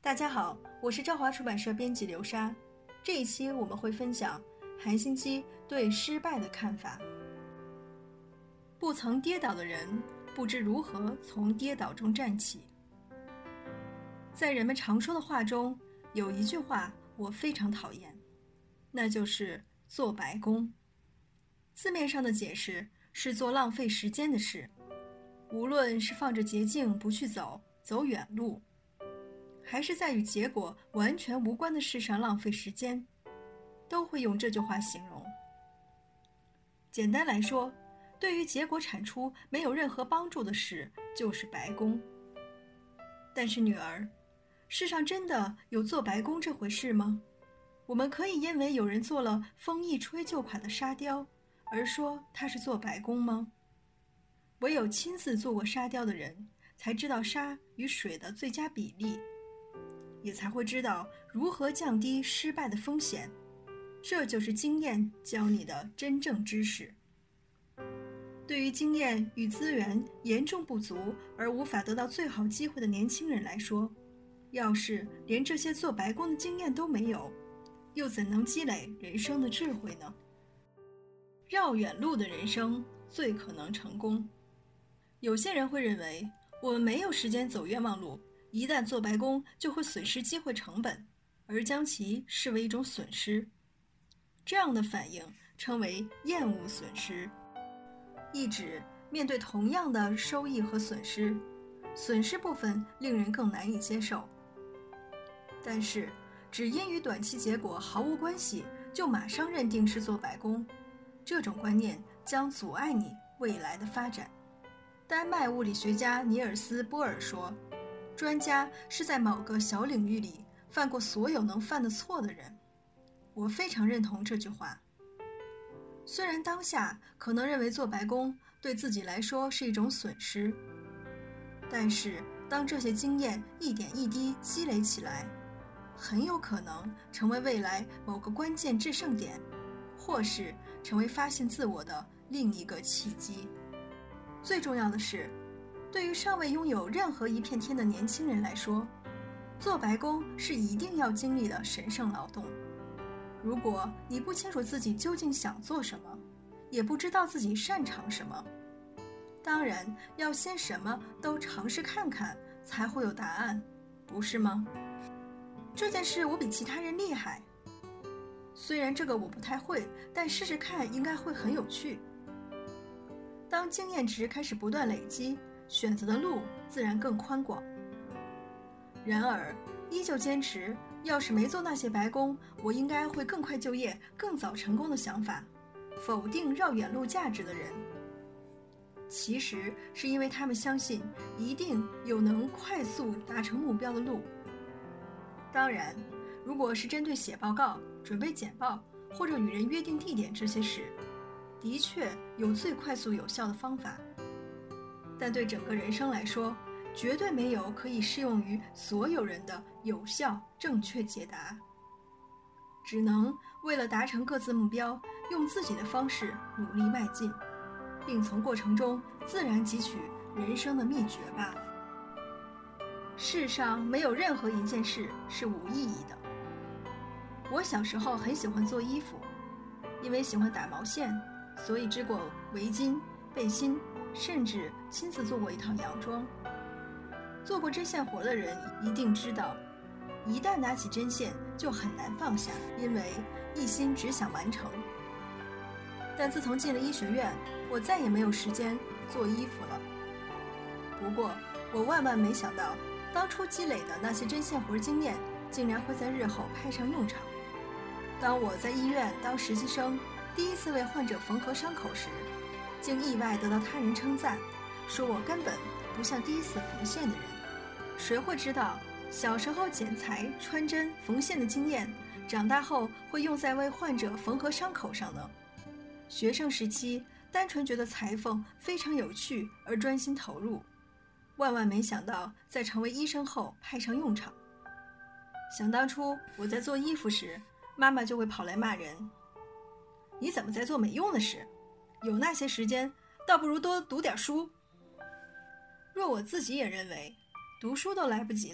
大家好，我是朝华出版社编辑刘莎。这一期我们会分享韩星基对失败的看法。不曾跌倒的人，不知如何从跌倒中站起。在人们常说的话中，有一句话我非常讨厌，那就是做白工。字面上的解释是做浪费时间的事，无论是放着捷径不去走，走远路，还是在与结果完全无关的事上浪费时间，都会用这句话形容。简单来说，对于结果产出没有任何帮助的事就是白工。但是女儿，世上真的有做白工这回事吗？我们可以因为有人做了风一吹就垮的沙雕而说他是做白工吗？唯有亲自做过沙雕的人才知道沙与水的最佳比例，也才会知道如何降低失败的风险。这就是经验教你的真正知识。对于经验与资源严重不足而无法得到最好机会的年轻人来说，要是连这些做白工的经验都没有，又怎能积累人生的智慧呢？绕远路的人生最可能成功。有些人会认为，我们没有时间走冤枉路，一旦做白工就会损失机会成本，而将其视为一种损失。这样的反应称为厌恶损失，意指面对同样的收益和损失，损失部分令人更难以接受。但是只因与短期结果毫无关系就马上认定是做白工，这种观念将阻碍你未来的发展。丹麦物理学家尼尔斯·波尔说，专家是在某个小领域里犯过所有能犯的错的人。我非常认同这句话。虽然当下可能认为做白工对自己来说是一种损失，但是当这些经验一点一滴积累起来，很有可能成为未来某个关键制胜点，或是成为发现自我的另一个契机。最重要的是，对于尚未拥有任何一片天的年轻人来说，做白工是一定要经历的神圣劳动。如果你不清楚自己究竟想做什么，也不知道自己擅长什么，当然要先什么都尝试看看，才会有答案，不是吗？这件事我比其他人厉害，虽然这个我不太会，但试试看应该会很有趣。当经验值开始不断累积，选择的路自然更宽广。然而依旧坚持要是没做那些白工，我应该会更快就业，更早成功的想法，否定绕远路价值的人，其实是因为他们相信一定有能快速达成目标的路。当然，如果是针对写报告、准备简报或者与人约定地点这些事，的确有最快速有效的方法，但对整个人生来说，绝对没有可以适用于所有人的有效正确解答。只能为了达成各自目标，用自己的方式努力迈进，并从过程中自然汲取人生的秘诀吧。世上没有任何一件事是无意义的。我小时候很喜欢做衣服，因为喜欢打毛线，所以织过围巾、背心，甚至亲自做过一套洋装。做过针线活的人一定知道，一旦拿起针线就很难放下，因为一心只想完成。但自从进了医学院，我再也没有时间做衣服了。不过我万万没想到，当初积累的那些针线活经验竟然会在日后派上用场。当我在医院当实习生，第一次为患者缝合伤口时，竟意外得到他人称赞，说我根本不像第一次缝线的人。谁会知道小时候剪裁、穿针、缝线的经验，长大后会用在为患者缝合伤口上呢？学生时期单纯觉得裁缝非常有趣而专心投入，万万没想到在成为医生后派上用场。想当初我在做衣服时，妈妈就会跑来骂人，你怎么在做没用的事？有那些时间，倒不如多读点书。若我自己也认为读书都来不及了，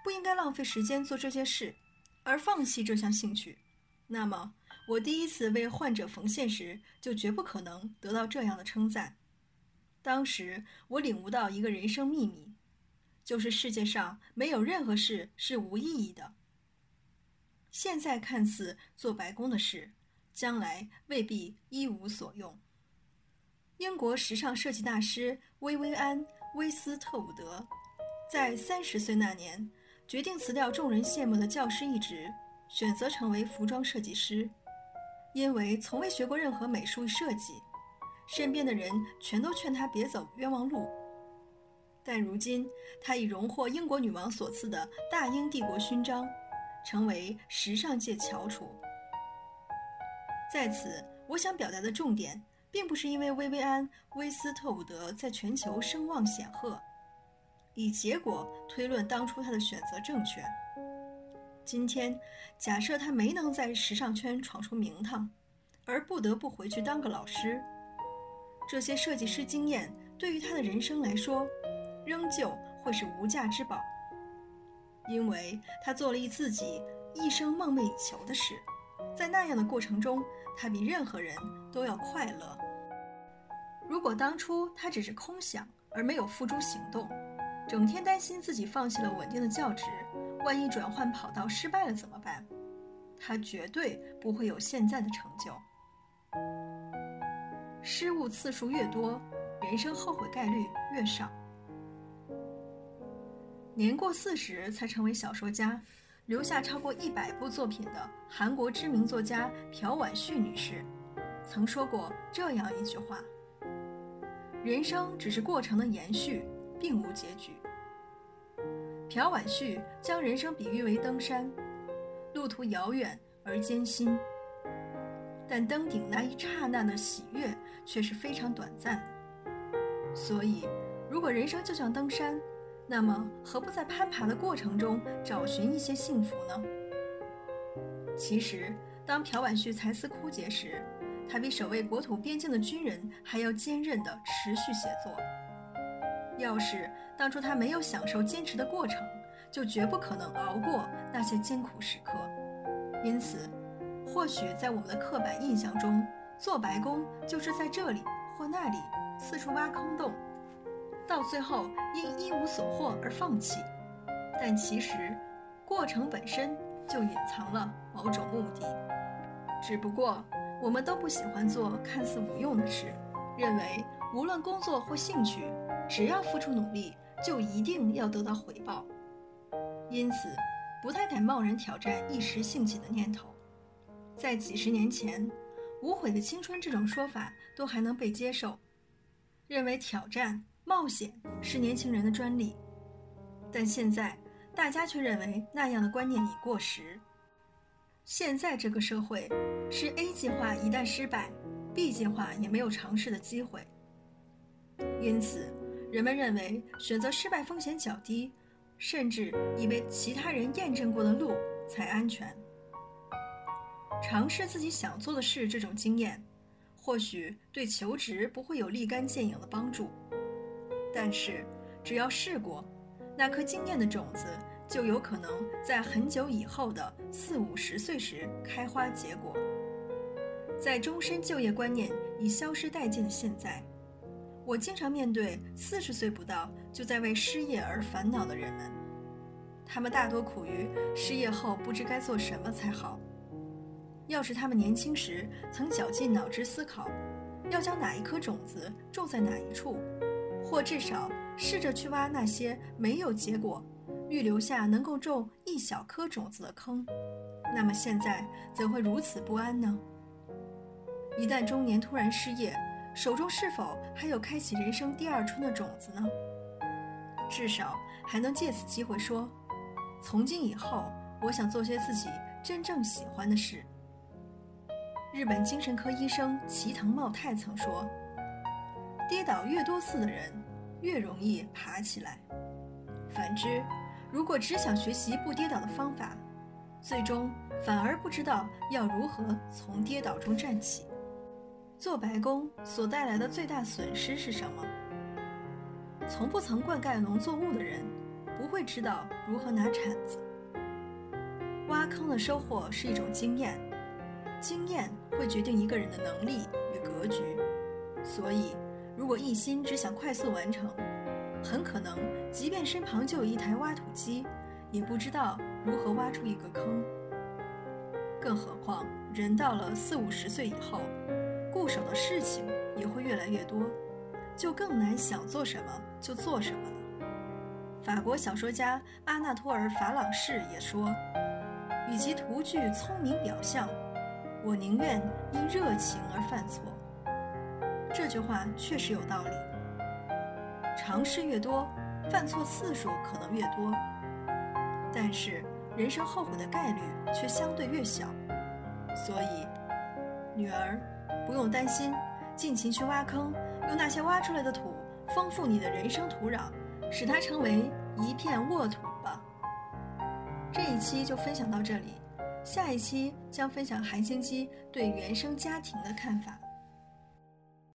不应该浪费时间做这些事，而放弃这项兴趣，那么我第一次为患者缝线时就绝不可能得到这样的称赞。当时我领悟到一个人生秘密，就是世界上没有任何事是无意义的。现在看似做白工的事，将来未必一无所用。英国时尚设计大师薇薇安·威斯特伍德在30岁那年决定辞掉众人羡慕的教师一职，选择成为服装设计师。因为从未学过任何美术与设计，身边的人全都劝他别走冤枉路。但如今他已荣获英国女王所赐的大英帝国勋章，成为时尚界翘楚。在此，我想表达的重点并不是因为薇薇安·威斯特伍德在全球声望显赫，以结果推论当初他的选择正确。今天假设他没能在时尚圈闯出名堂，而不得不回去当个老师，这些设计师经验对于他的人生来说仍旧会是无价之宝，因为他做了自己一生梦寐以求的事，在那样的过程中，他比任何人都要快乐。如果当初他只是空想而没有付诸行动，整天担心自己放弃了稳定的教职，万一转换跑道失败了怎么办？他绝对不会有现在的成就。失误次数越多，人生后悔概率越少。年过40才成为小说家，留下超过100部作品的韩国知名作家朴婉旭女士曾说过这样一句话：人生只是过程的延续，并无结局。朴婉旭将人生比喻为登山，路途遥远而艰辛，但登顶那一刹那的喜悦却是非常短暂的。所以，如果人生就像登山，那么何不在攀爬的过程中找寻一些幸福呢？其实，当朴婉旭才思枯竭时，他比守卫国土边境的军人还要坚韧地持续写作。要是当初他没有享受坚持的过程，就绝不可能熬过那些艰苦时刻。因此，或许在我们的刻板印象中，做白工就是在这里或那里四处挖坑洞，到最后因一无所获而放弃。但其实，过程本身就隐藏了某种目的。只不过，我们都不喜欢做看似无用的事，认为无论工作或兴趣，只要付出努力，就一定要得到回报。因此，不太敢贸然挑战一时兴起的念头。在几十年前，无悔的青春这种说法都还能被接受，认为挑战、冒险是年轻人的专利。但现在，大家却认为那样的观念已过时。现在这个社会是 A 计划一旦失败， B 计划也没有尝试的机会。因此，人们认为选择失败风险较低，甚至以为其他人验证过的路才安全。尝试自己想做的事这种经验，或许对求职不会有立竿见影的帮助，但是只要试过，那颗经验的种子就有可能在很久以后的40、50岁时开花结果。在终身就业观念已消失殆尽的现在，我经常面对40岁不到就在为失业而烦恼的人们，他们大多苦于失业后不知该做什么才好。要是他们年轻时曾绞尽脑汁思考，要将哪一颗种子种在哪一处，或至少试着去挖那些没有结果，预留下能够种一小颗种子的坑，那么现在怎会如此不安呢？一旦中年突然失业，手中是否还有开启人生第二春的种子呢？至少还能借此机会说，从今以后，我想做些自己真正喜欢的事。日本精神科医生齐藤茂太曾说，跌倒越多次的人，越容易爬起来。反之，如果只想学习不跌倒的方法，最终反而不知道要如何从跌倒中站起。做白工所带来的最大损失是什么？从不曾灌溉农作物的人， 不会知道如何拿铲子。挖坑的收获是一种经验，经验会决定一个人的能力与格局。所以，如果一心只想快速完成，很可能即便身旁就有一台挖土机，也不知道如何挖出一个坑。更何况，人到了40-50岁以后，顾手的事情也会越来越多，就更难想做什么就做什么了。法国小说家阿纳托尔·法朗士也说，与其图具聪明表象，我宁愿因热情而犯错。这句话确实有道理。尝试越多，犯错次数可能越多，但是人生后悔的概率却相对越小。所以，女儿，不用担心，尽情去挖坑，用那些挖出来的土丰富你的人生土壤，使它成为一片沃土吧。这一期就分享到这里，下一期将分享韩星基对原生家庭的看法。